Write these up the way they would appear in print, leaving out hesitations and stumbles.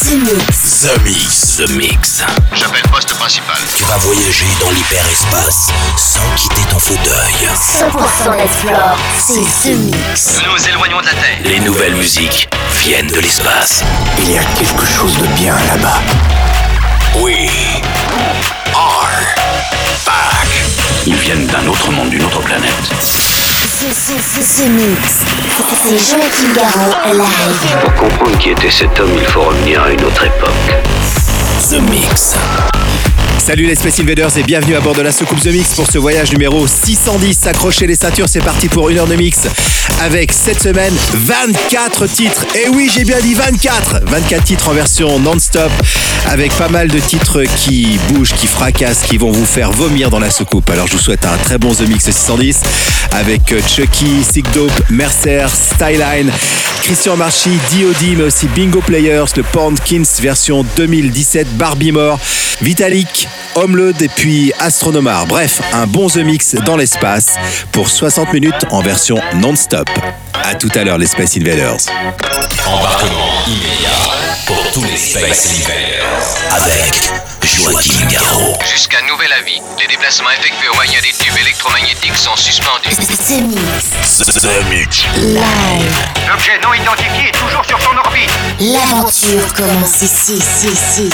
The Mix. J'appelle poste principal. Tu vas voyager dans l'hyperespace sans quitter ton fauteuil. 100% Explore, c'est The Mix. Nous nous éloignons de la Terre. Les nouvelles musiques viennent de l'espace. Il y a quelque chose de bien là-bas. We are back. Ils viennent d'un autre monde, d'une autre planète. The Mix. C'est Joachim Garraud live. Pour comprendre qui était cet homme, il faut revenir à une autre époque. The Mix. Salut les Space Invaders et bienvenue à bord de la soucoupe The Mix pour ce voyage numéro 610. Accrochez les ceintures, c'est parti pour une heure de mix avec cette semaine 24 titres. Et oui, j'ai bien dit 24 titres en version non-stop avec pas mal de titres qui bougent, qui fracassent, qui vont vous faire vomir dans la soucoupe. Alors je vous souhaite un très bon The Mix 610 avec Chucky, Sick Dope, Mercer, Styline, Christian Marchi, D.O.D. mais aussi Bingo Players, le Pornkins version 2017, Barbie More, Vitalik, Homeload et puis Astronomar. Bref, un bon The Mix dans l'espace pour 60 minutes en version non-stop. À tout à l'heure les Space Invaders. Embarquement immédiat pour tous les Space Invaders avec Joachim Garraud. Jusqu'à nouvel avis, les déplacements effectués au moyen des tubes électromagnétiques sont suspendus. The Mix. The Mix. Live. L'objet non identifié est toujours sur son orbite. L'aventure commence ici.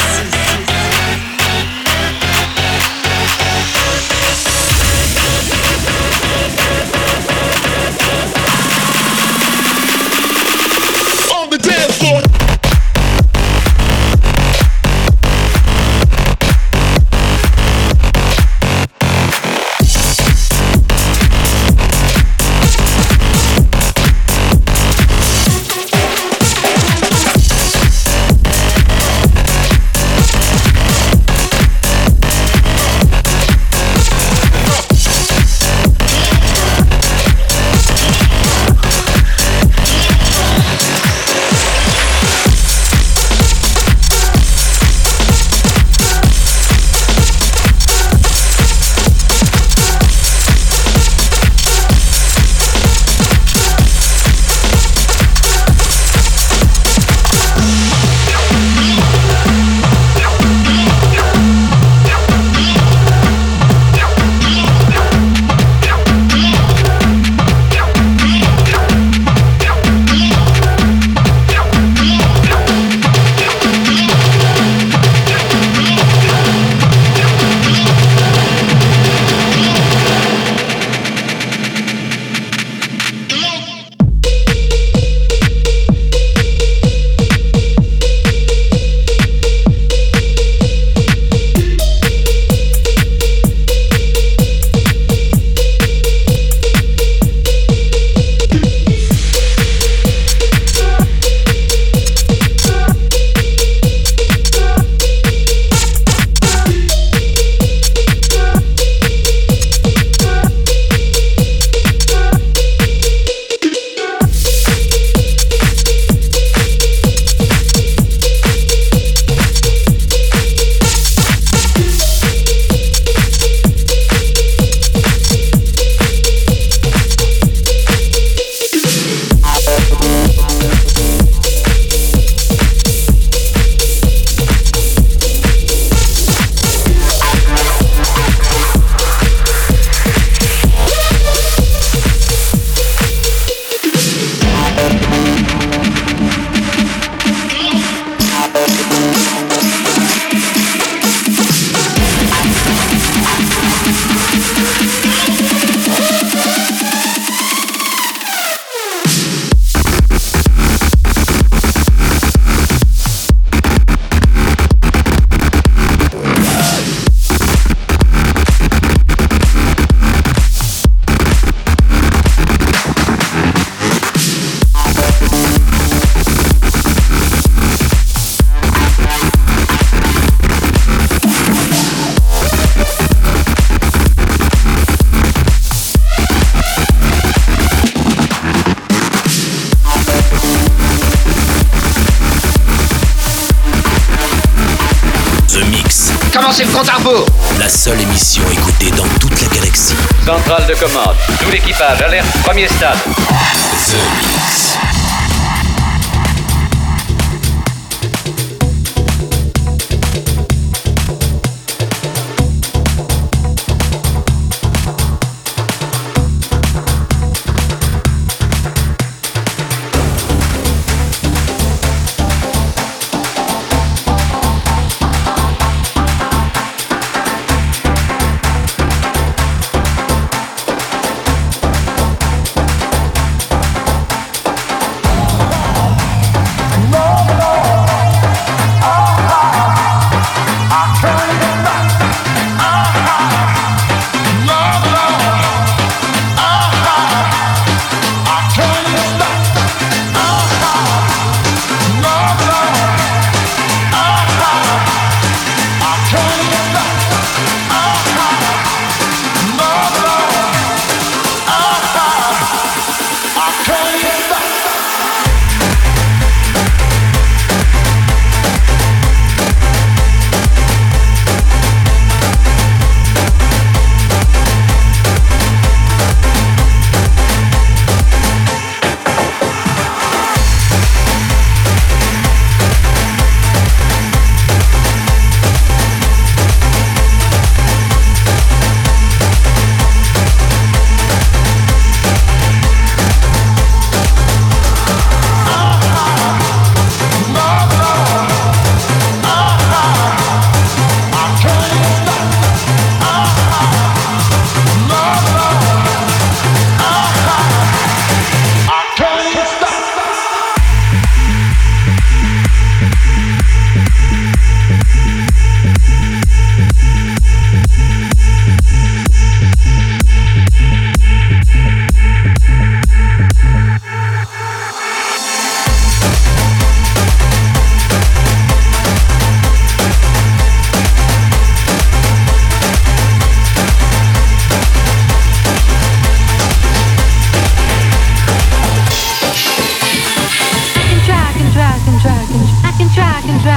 Commencez le compte à rebours. La seule émission écoutée dans toute la galaxie. Centrale de commande. Tout l'équipage, alerte, premier stade. The Mix.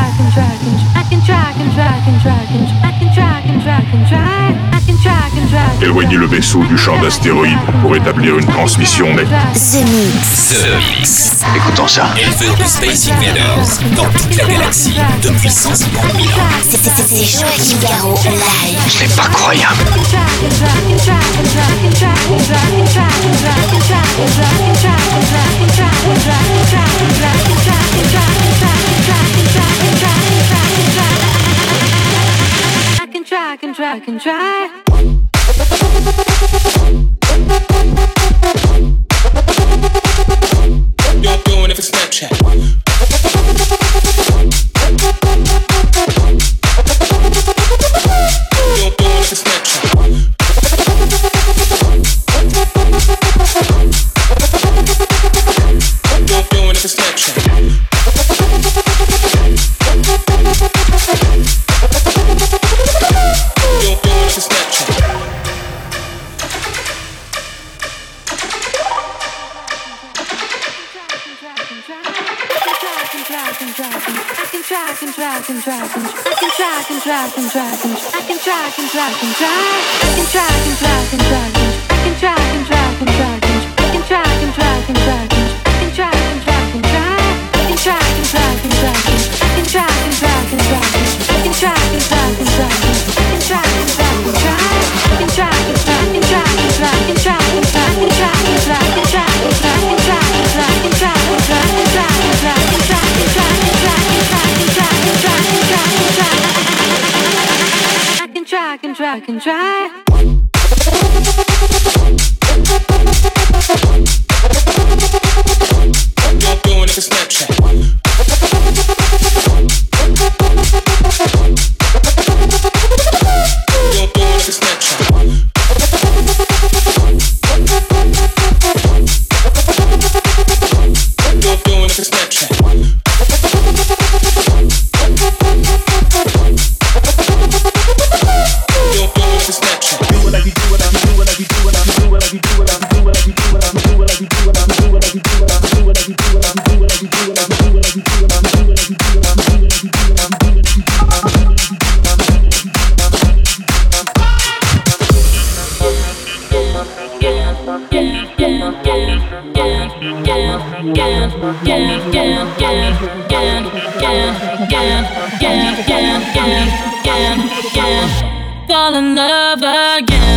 Éloignez le vaisseau du champ d'astéroïdes pour établir une transmission nette. The Mix. Écoutons ça. Éleveur de Space Invaders dans toute la galaxie depuis 150 000 ans. C'est Joachim Garraud live. C'est pas croyable. I can try. You're doing it for Snapchat. You're doing it for Snapchat. You're doing it for Snapchat. I can try. You're doing it for Snapchat. You're doing it for Snapchat. You're doing it for Snapchat. Fall in love again.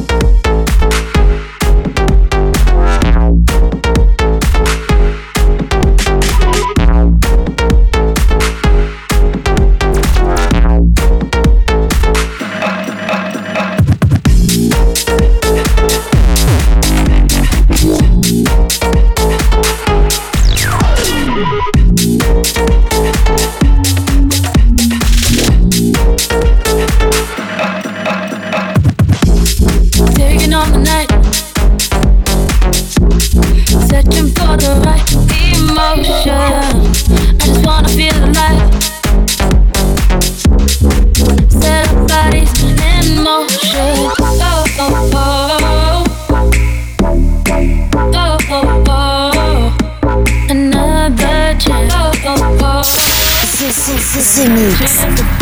The Mix.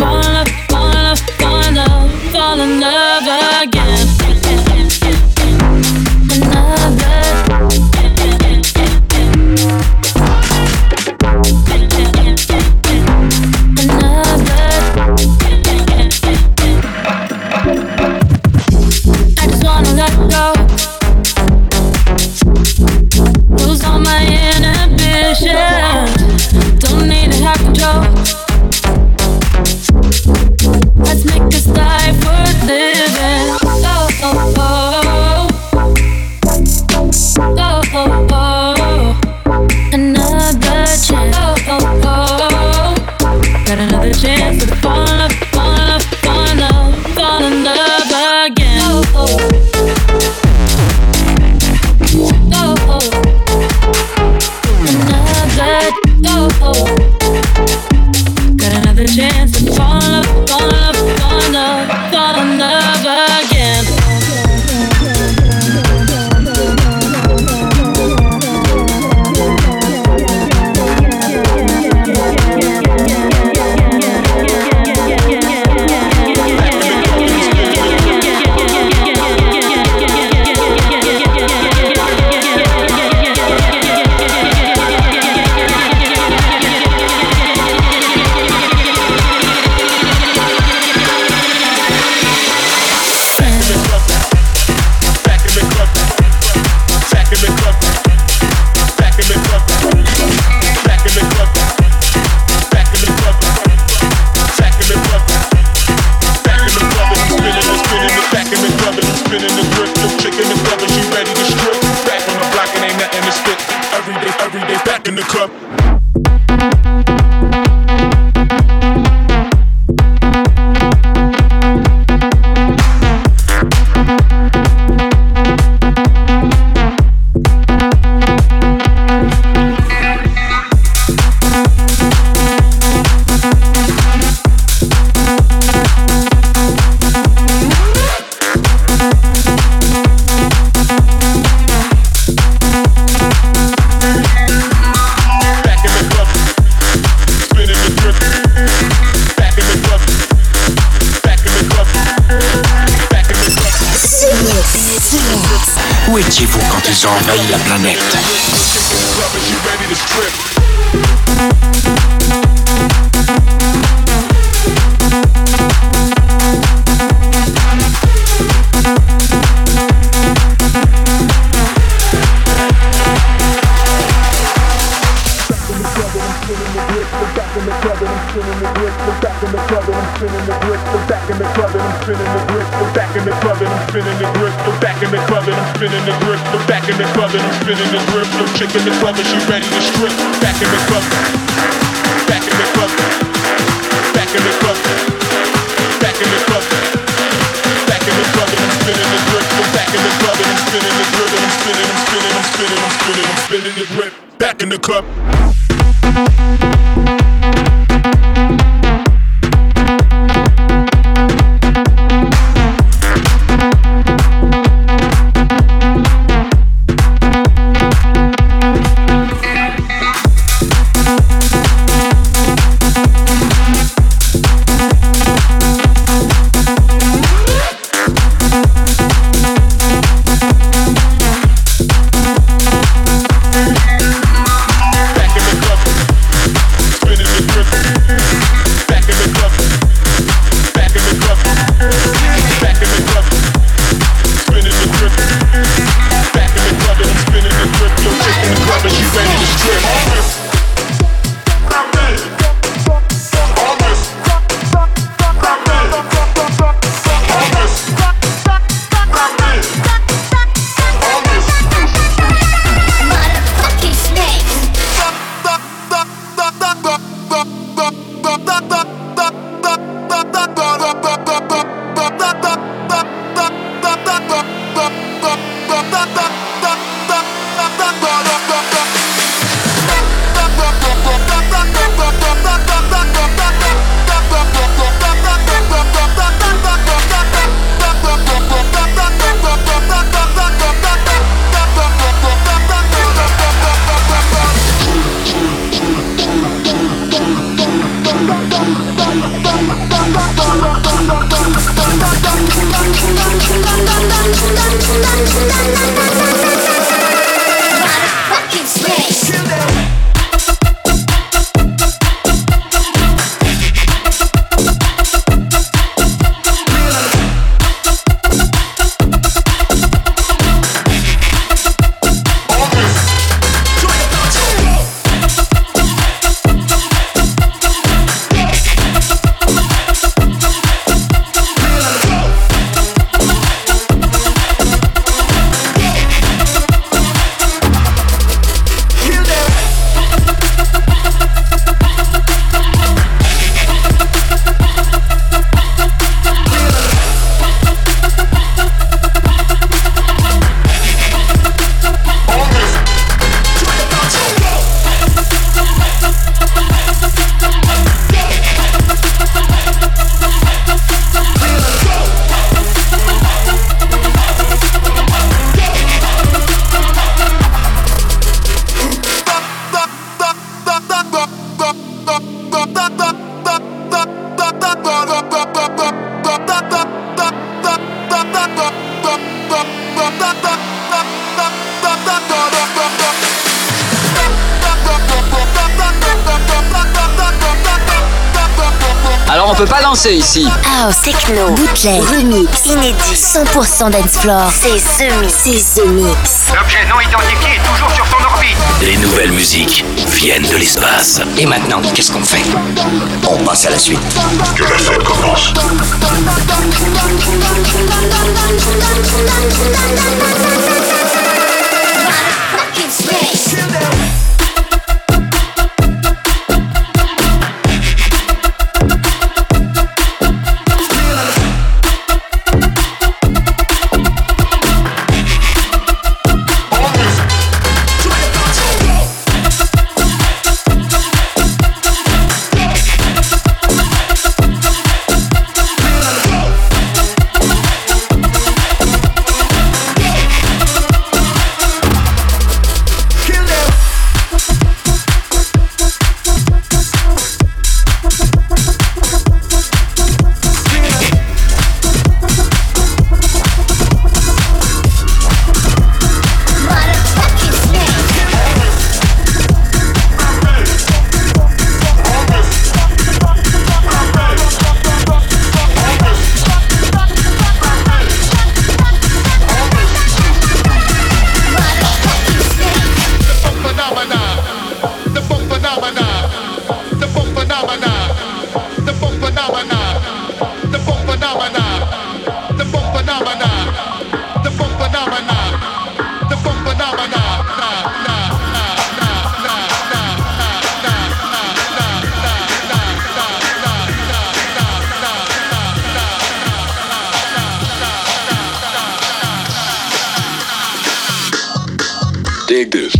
Fall in love again. I just wanna let go. Lose all my inhibitions. Don't need to have control. Let's make this life worth living. Oh, Méfiez-vous quand ils ont envahi la planète. Chick in the club and she ready to strip. Back in the club. Back in the club. Back in the club. Back in the club. Back in the club and I'm spinning the grip. Back in the club and I'm spinning the grip. And I'm spinning, I'm spinning, I'm spinning, I'm spinning, I'm spinning the grip. Back in the club. Alors on peut pas danser ici. House, techno, bootleg, remix, inédit, 100% dance floor. C'est The Mix. L'objet non identifié est toujours sur ton orbite. Les nouvelles musiques viennent de l'espace. Et maintenant, qu'est-ce qu'on fait? On passe à la suite. Que la fête commence. Dig this.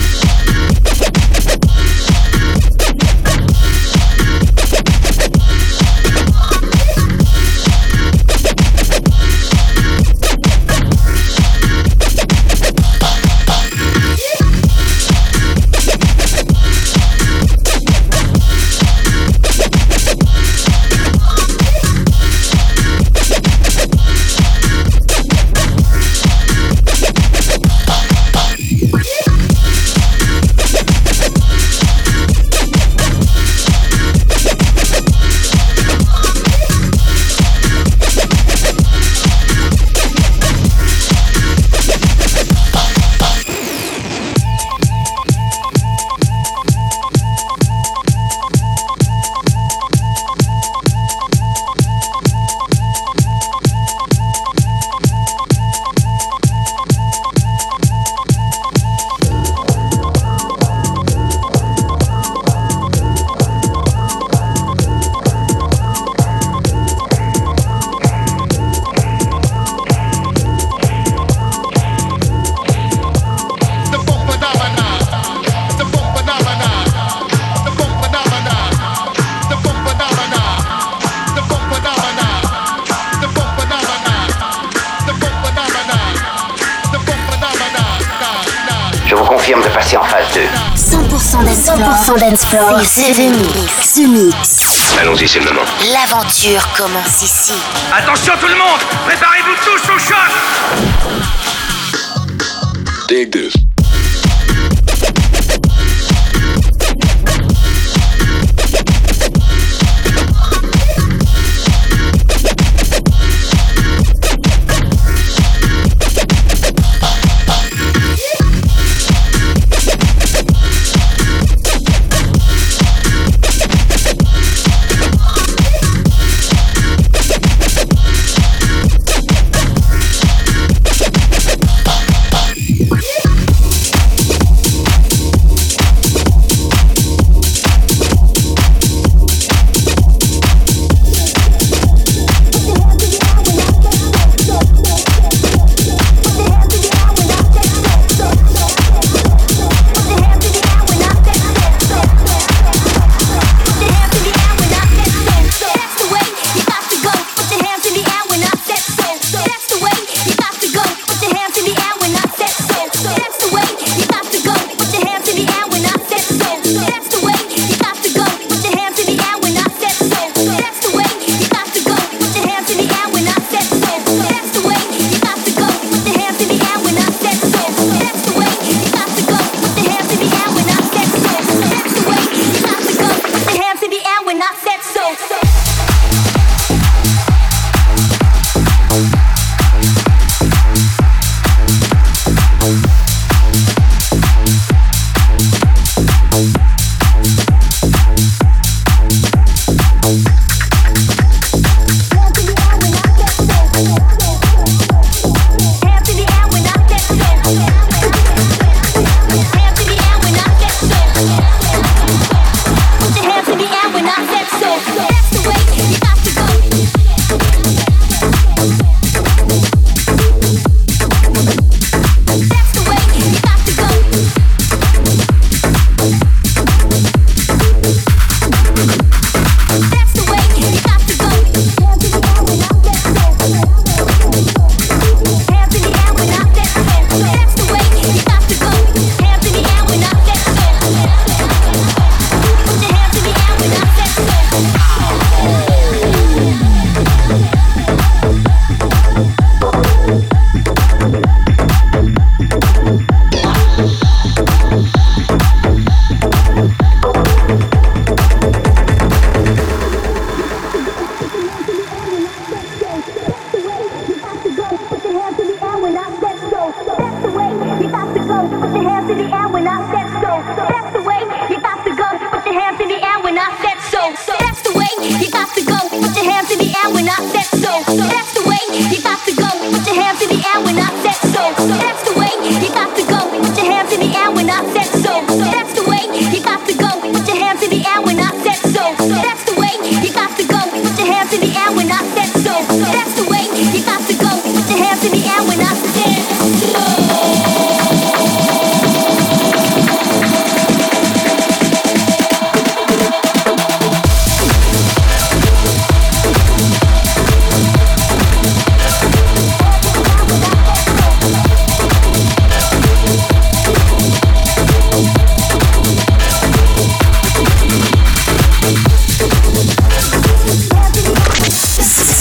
De passer en phase 2. 100% dance floor. C'est The Mix. Allons-y, c'est le moment. L'aventure commence ici. Attention tout le monde, préparez-vous tous au choc. Dig this.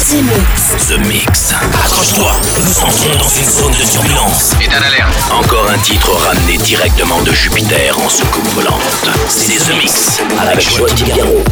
The Mix. The Mix. Accroche-toi, nous entrons dans une zone de turbulence. État d'alerte. Encore un titre ramené directement de Jupiter en soucoupe volante. C'est The Mix, avec Joël Figaro.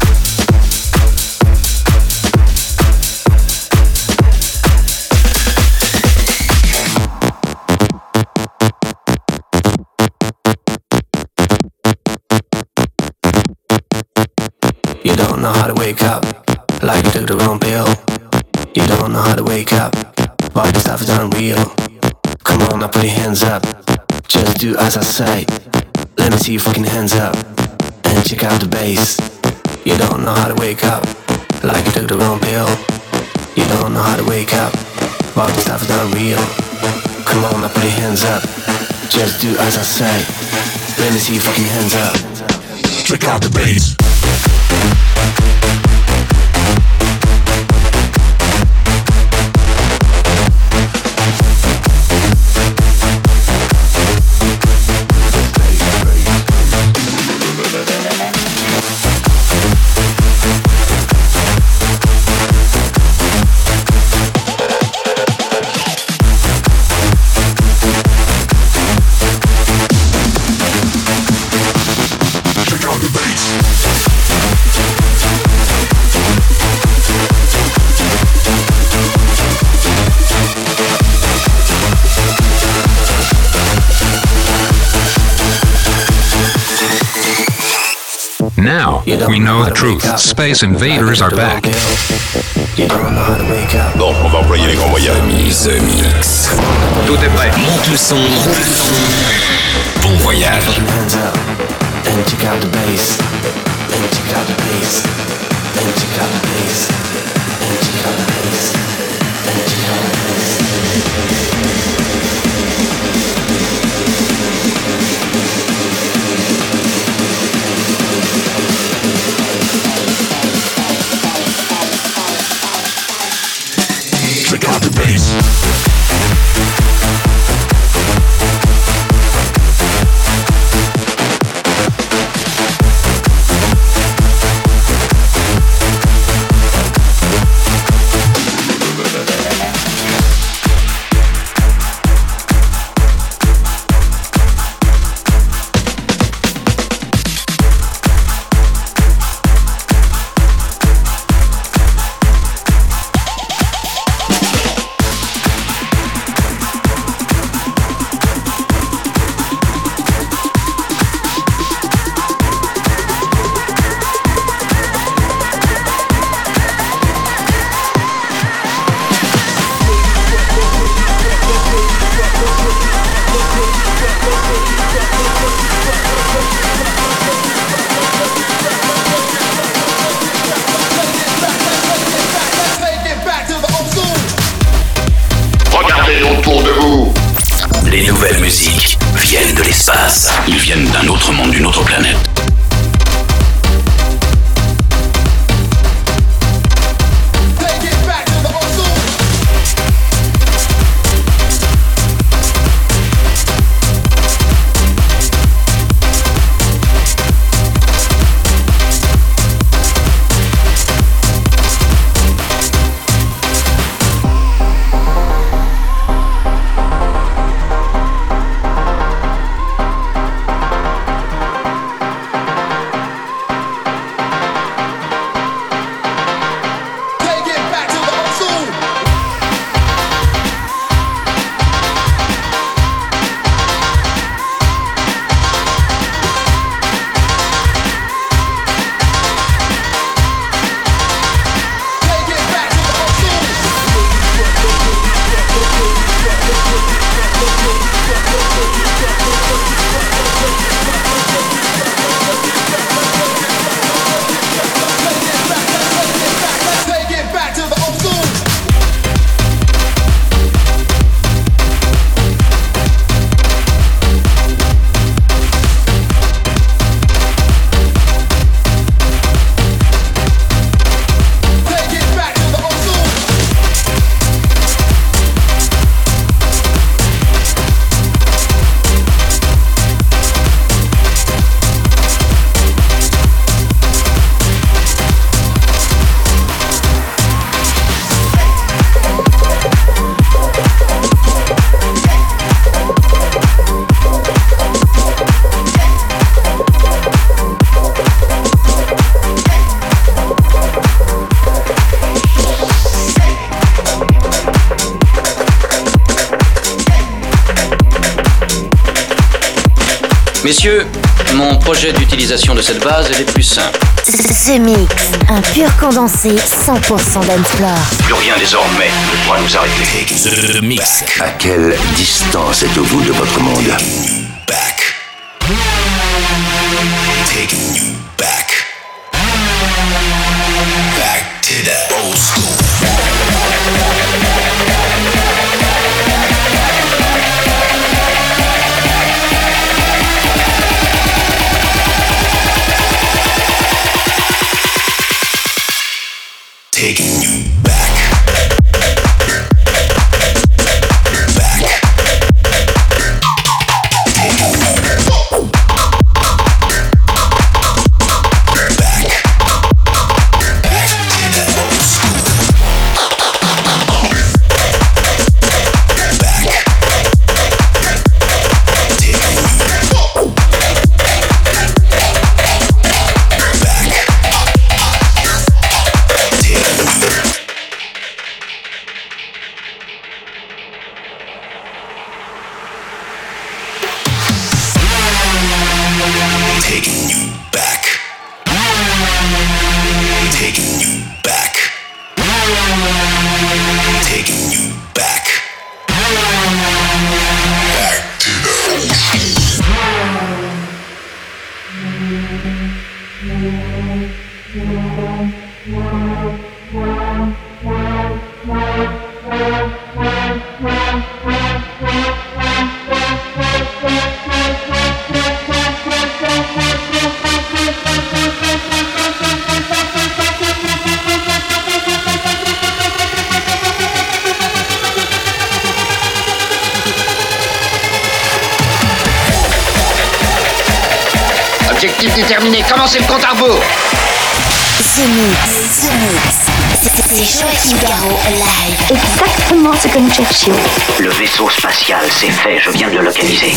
You don't know how to wake up, like you took the wrong pill. You don't know how to wake up, all this stuff is unreal. Come on, now put your hands up, just do as I say. Let me see your fucking hands up, and check out the bass. You don't know how to wake up, like you took the wrong pill. You don't know how to wake up, all this stuff is unreal. Come on, now put your hands up, just do as I say. Let me see your fucking hands up. Check out the bass. Now, we know the truth. Space Invaders are back. Bon, on va employer les grands moyens. The Mix. Tout est prêt. Monte le son. Bon voyage. And check out the bass. And check out the bass. And check out the bass. And check out the bass. And check out the bass. Check out the bass. Les nouvelles musiques viennent de l'espace. Ils viennent d'un autre monde, d'une autre planète. Messieurs, mon projet d'utilisation de cette base est le plus simple. The Mix, un pur condensé 100% dancefloor. Plus rien désormais ne pourra nous arrêter. The Mix. À quelle distance êtes-vous de votre monde? Back. Taking you back. Back to the old school. Taking you back. Objectif déterminé, commencez le compte à rebours. The Mix. C'est Joachim Garraud live. Exactement ce que nous cherchions. Le vaisseau spatial, c'est fait, je viens de le localiser.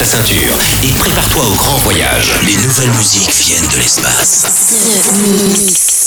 ta ceinture et prépare-toi au grand voyage. Les nouvelles musiques viennent de l'espace. The Mix.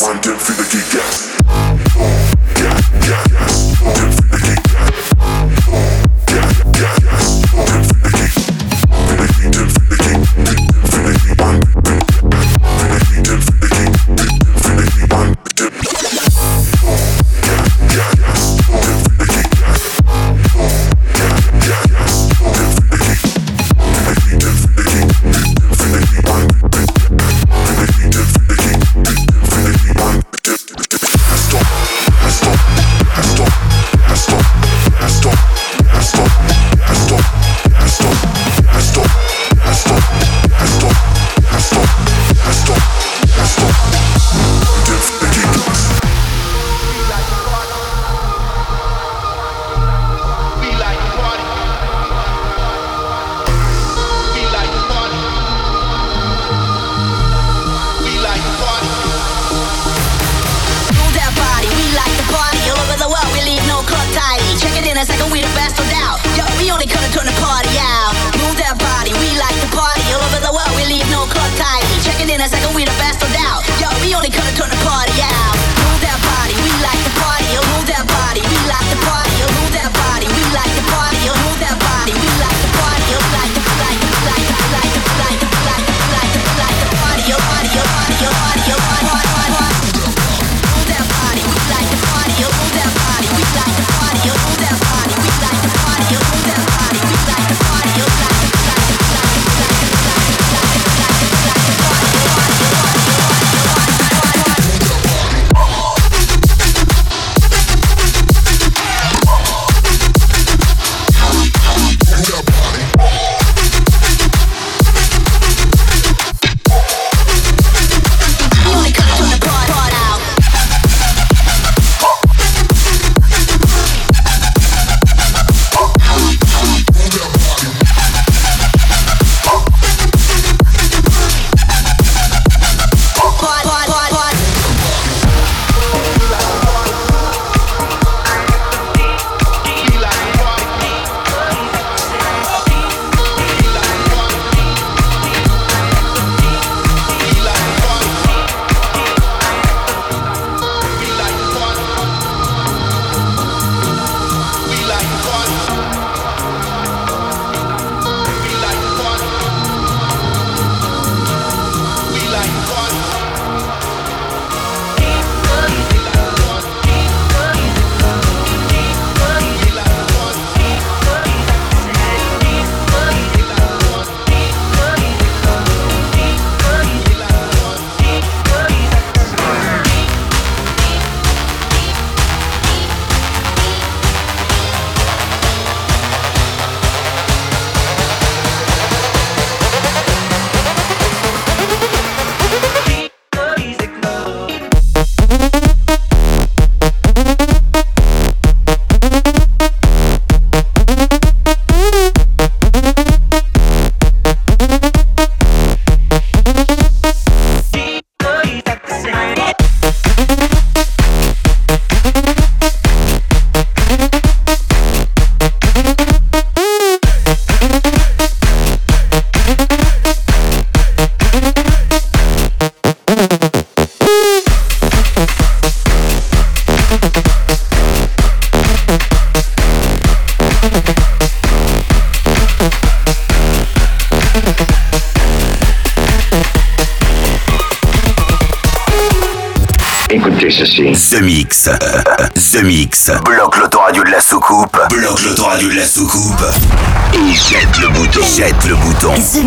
Écoutez ceci. The Mix. The Mix. Bloque l'autoradio de la soucoupe. Bloque l'autoradio de la soucoupe. Et jette le bouton. Jette le bouton. The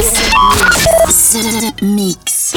Mix. The Mix.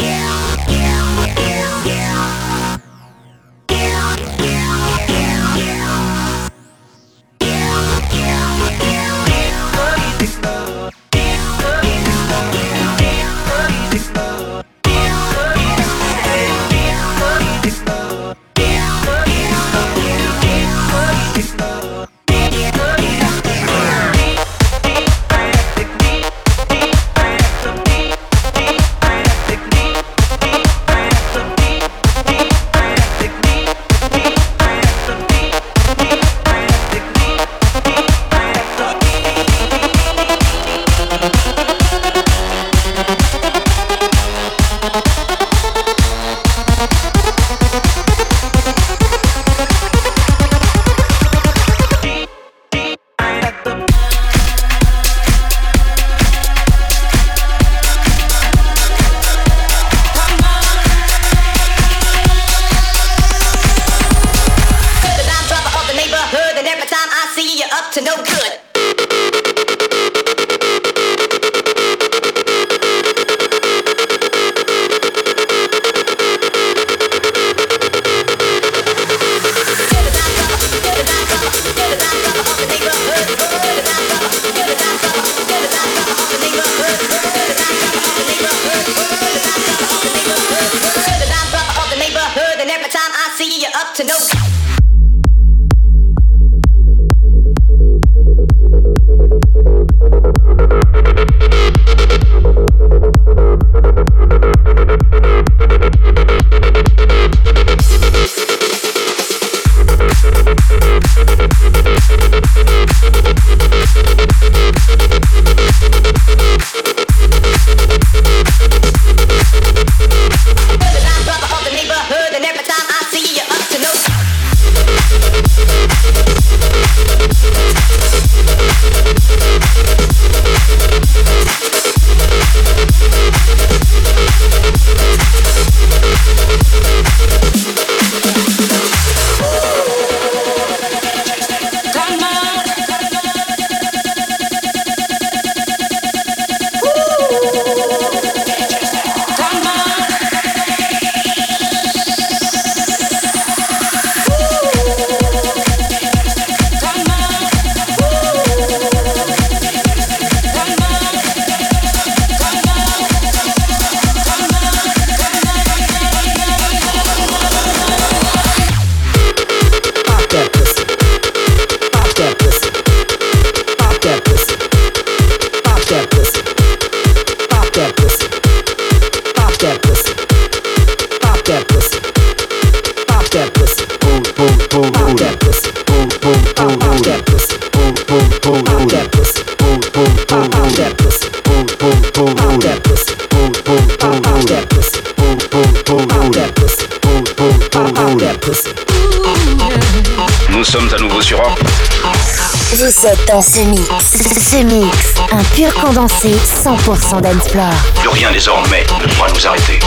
Nous sommes à nouveau sur Orbe. Vous êtes dans ce mix. Ce mix, un pur condensé 100% dancefloor. Plus rien désormais ne pourra nous arrêter.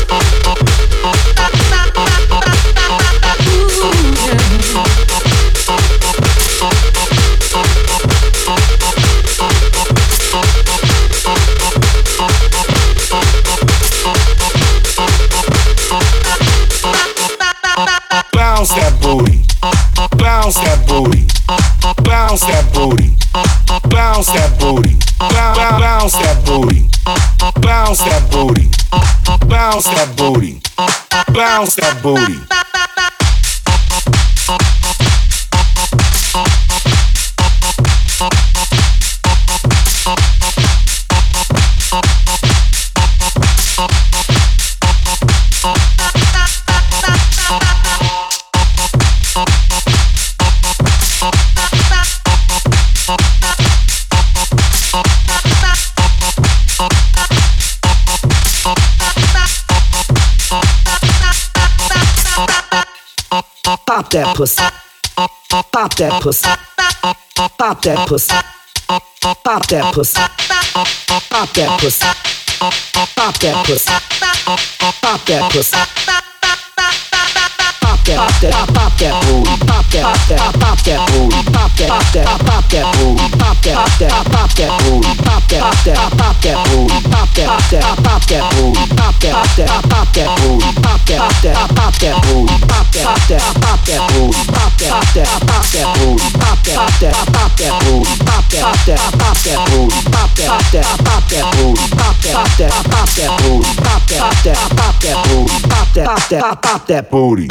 Bounce that booty, bounce that booty, bounce that booty, bounce that booty, bounce that booty, bounce that booty, bounce that booty, bounce that booty. Pop that pussy. Pop that pussy. Pop that pussy. Pop that pussy. Pop that pussy. Pop that pussy. Pop that pussy. Pop that, pop that booty, pop that, pop that booty, pop that, pop that booty, pop that, pop that booty, pop that, pop that booty, pop that, pop that booty, pop that, pop that booty, pop that, pop that booty, pop that, pop that booty, pop that, pop that booty, pop that, pop that booty, pop that, pop that booty, pop that, pop that booty, pop that, pop that booty, pop that, pop that booty, pop that, pop that booty.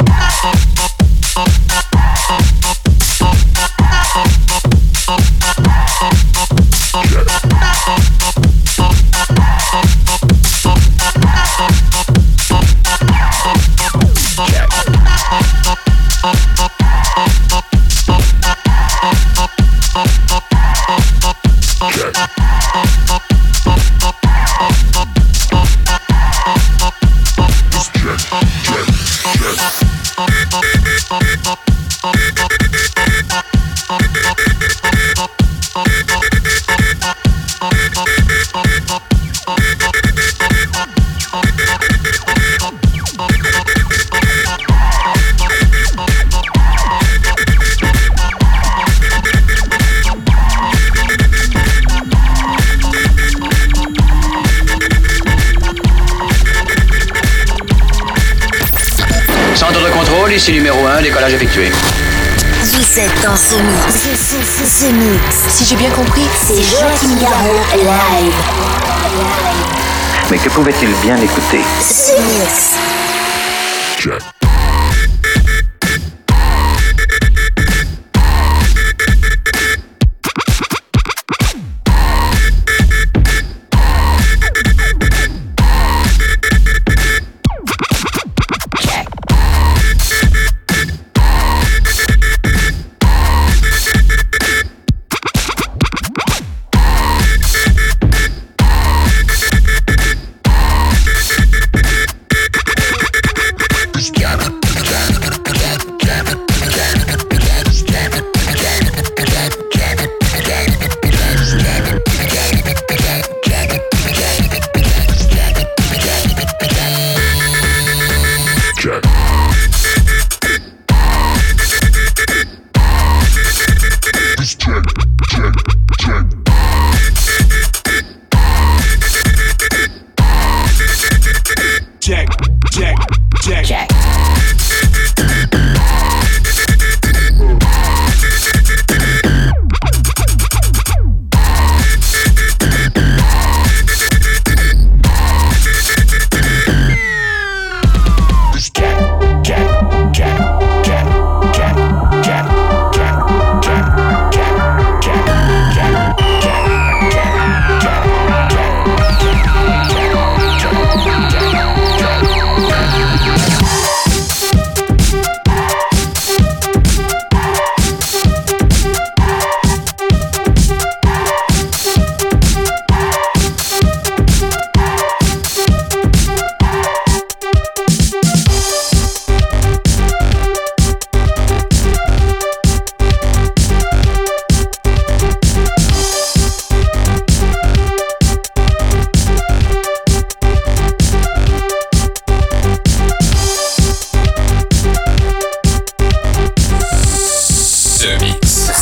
Centre de contrôle, ici numéro 1, décollage effectué. Vous êtes dans ce mix. Ce mix. Si j'ai bien compris, c'est Joachim Garraud live. Mais que pouvait-il bien écouter? Ce mix. Check.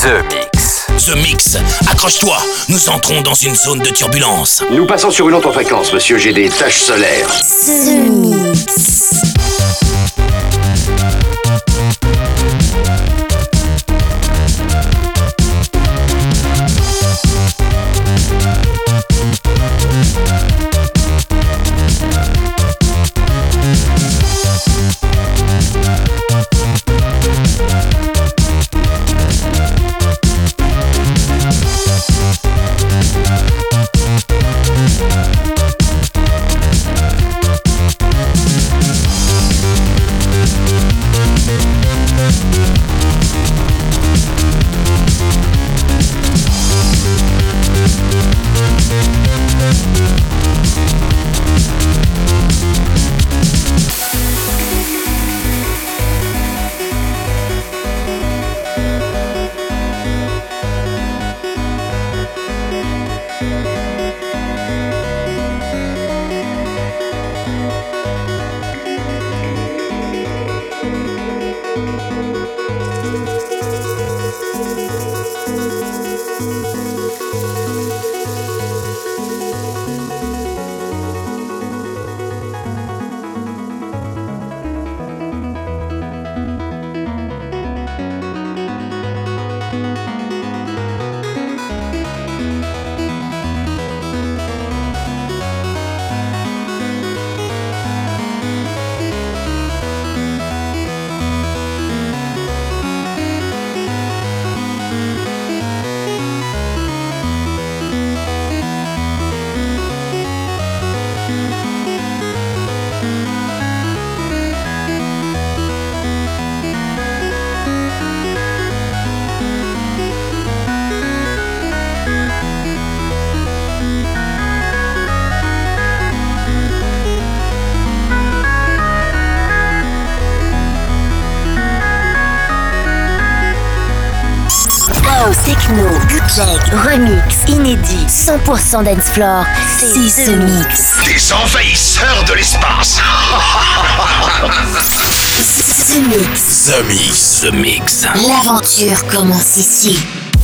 The Mix. The Mix, accroche-toi, nous entrons dans une zone de turbulence. Nous passons sur une autre fréquence, monsieur, j'ai des taches solaires. The Mix. Techno, bootleg, remix, inédit, 100% dance floor, c'est The Mix. Des envahisseurs de l'espace. The Mix. The Mix. The Mix. L'aventure commence ici.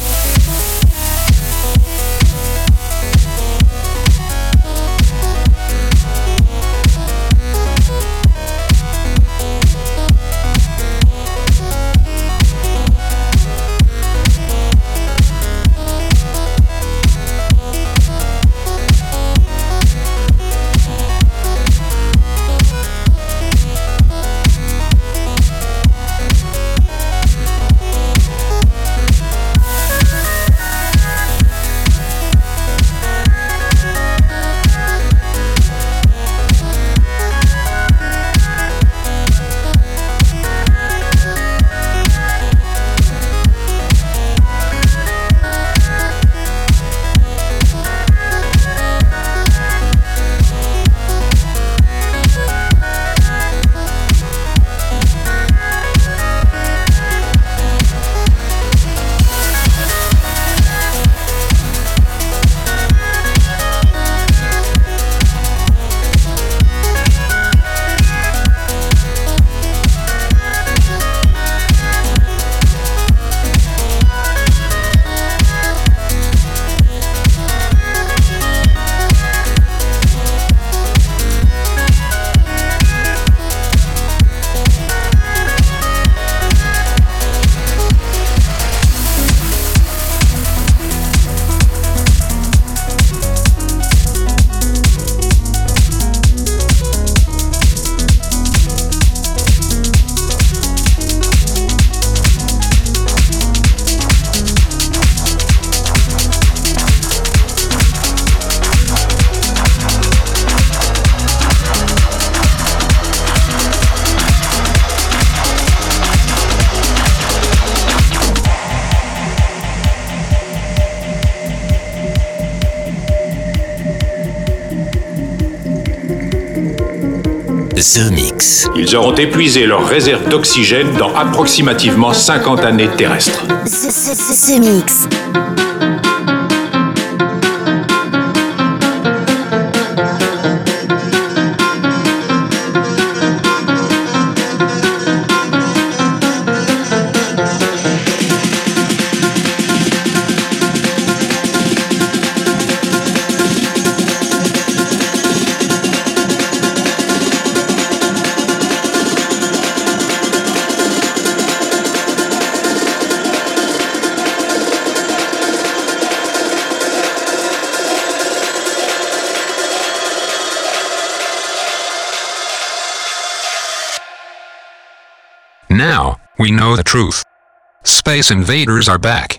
The Mix. Ils auront épuisé leurs réserves d'oxygène dans approximativement 50 années terrestres. The Mix. We know the truth. Space Invaders are back.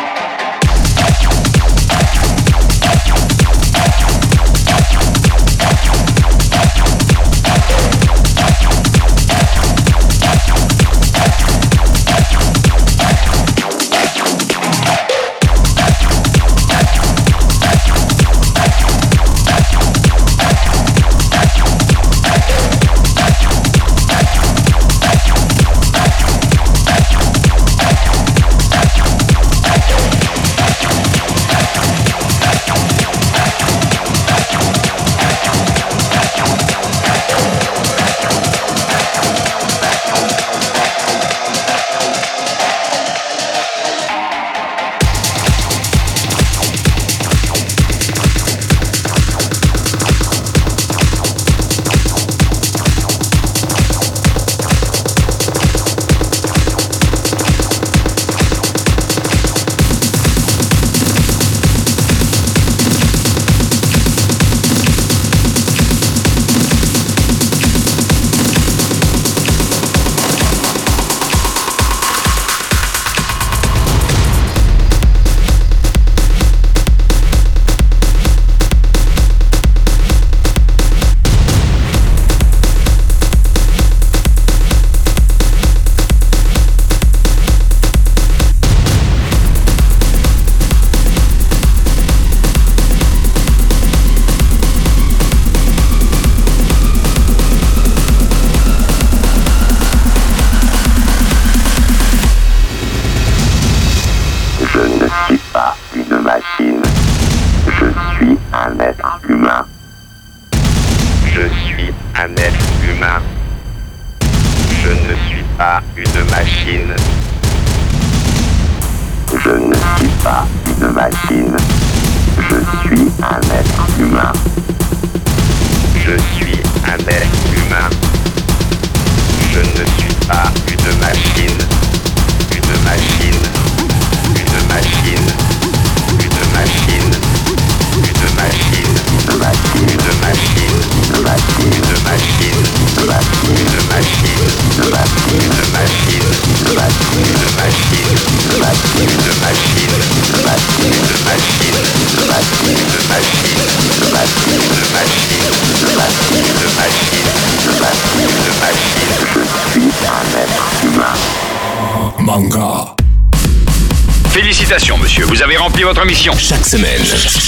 Félicitations, monsieur, vous avez rempli votre mission. Chaque semaine,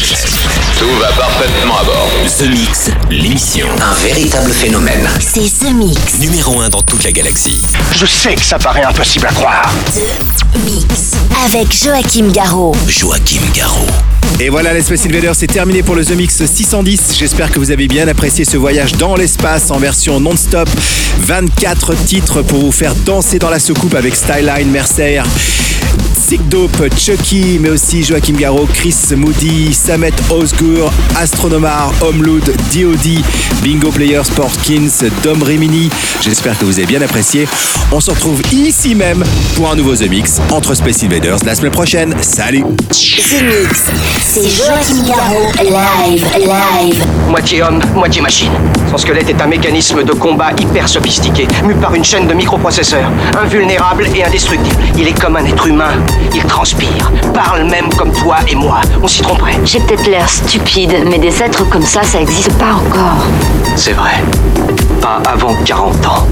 tout va parfaitement à bord. The Mix, l'émission. Un véritable phénomène. C'est The Mix. Numéro 1 dans toute la galaxie. Je sais que ça paraît impossible à croire. The Mix. Avec Joachim Garraud. Joachim Garraud. Et voilà, les Space Invaders, c'est terminé pour le The Mix 610. J'espère que vous avez bien apprécié ce voyage dans l'espace en version non-stop. 24 titres pour vous faire danser dans la soucoupe avec Styline, Mercer, Sick Dope, Chucky, mais aussi Joachim Garraud, Chris Moody, Samet Osgur, Astronomar, Homeload, D.O.D, Bingo Player, Sportkins, Dom Rimini. J'espère que vous avez bien apprécié. On se retrouve ici même pour un nouveau The Mix entre Space Invaders la semaine prochaine. Salut! The Mix, c'est Joachim Garraud, live. Moitié homme, moitié machine. Son squelette est un mécanisme de combat hyper sophistiqué, mu par une chaîne de microprocesseurs, invulnérable et indestructible. Il est comme un être humain. Il transpire, parle même comme toi et moi. On s'y tromperait. J'ai peut-être l'air stupide, mais des êtres comme ça existe pas encore. C'est vrai. Pas avant 40 ans.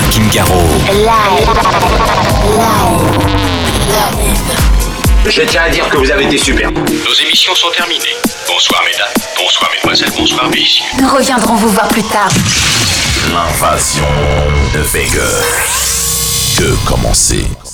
Joachim Garraud. Je tiens à dire que vous avez été super. Nos émissions sont terminées. Bonsoir mesdames, bonsoir mesdemoiselles, bonsoir messieurs. Nous reviendrons vous voir plus tard. L'invasion de Vegas. Que commencer?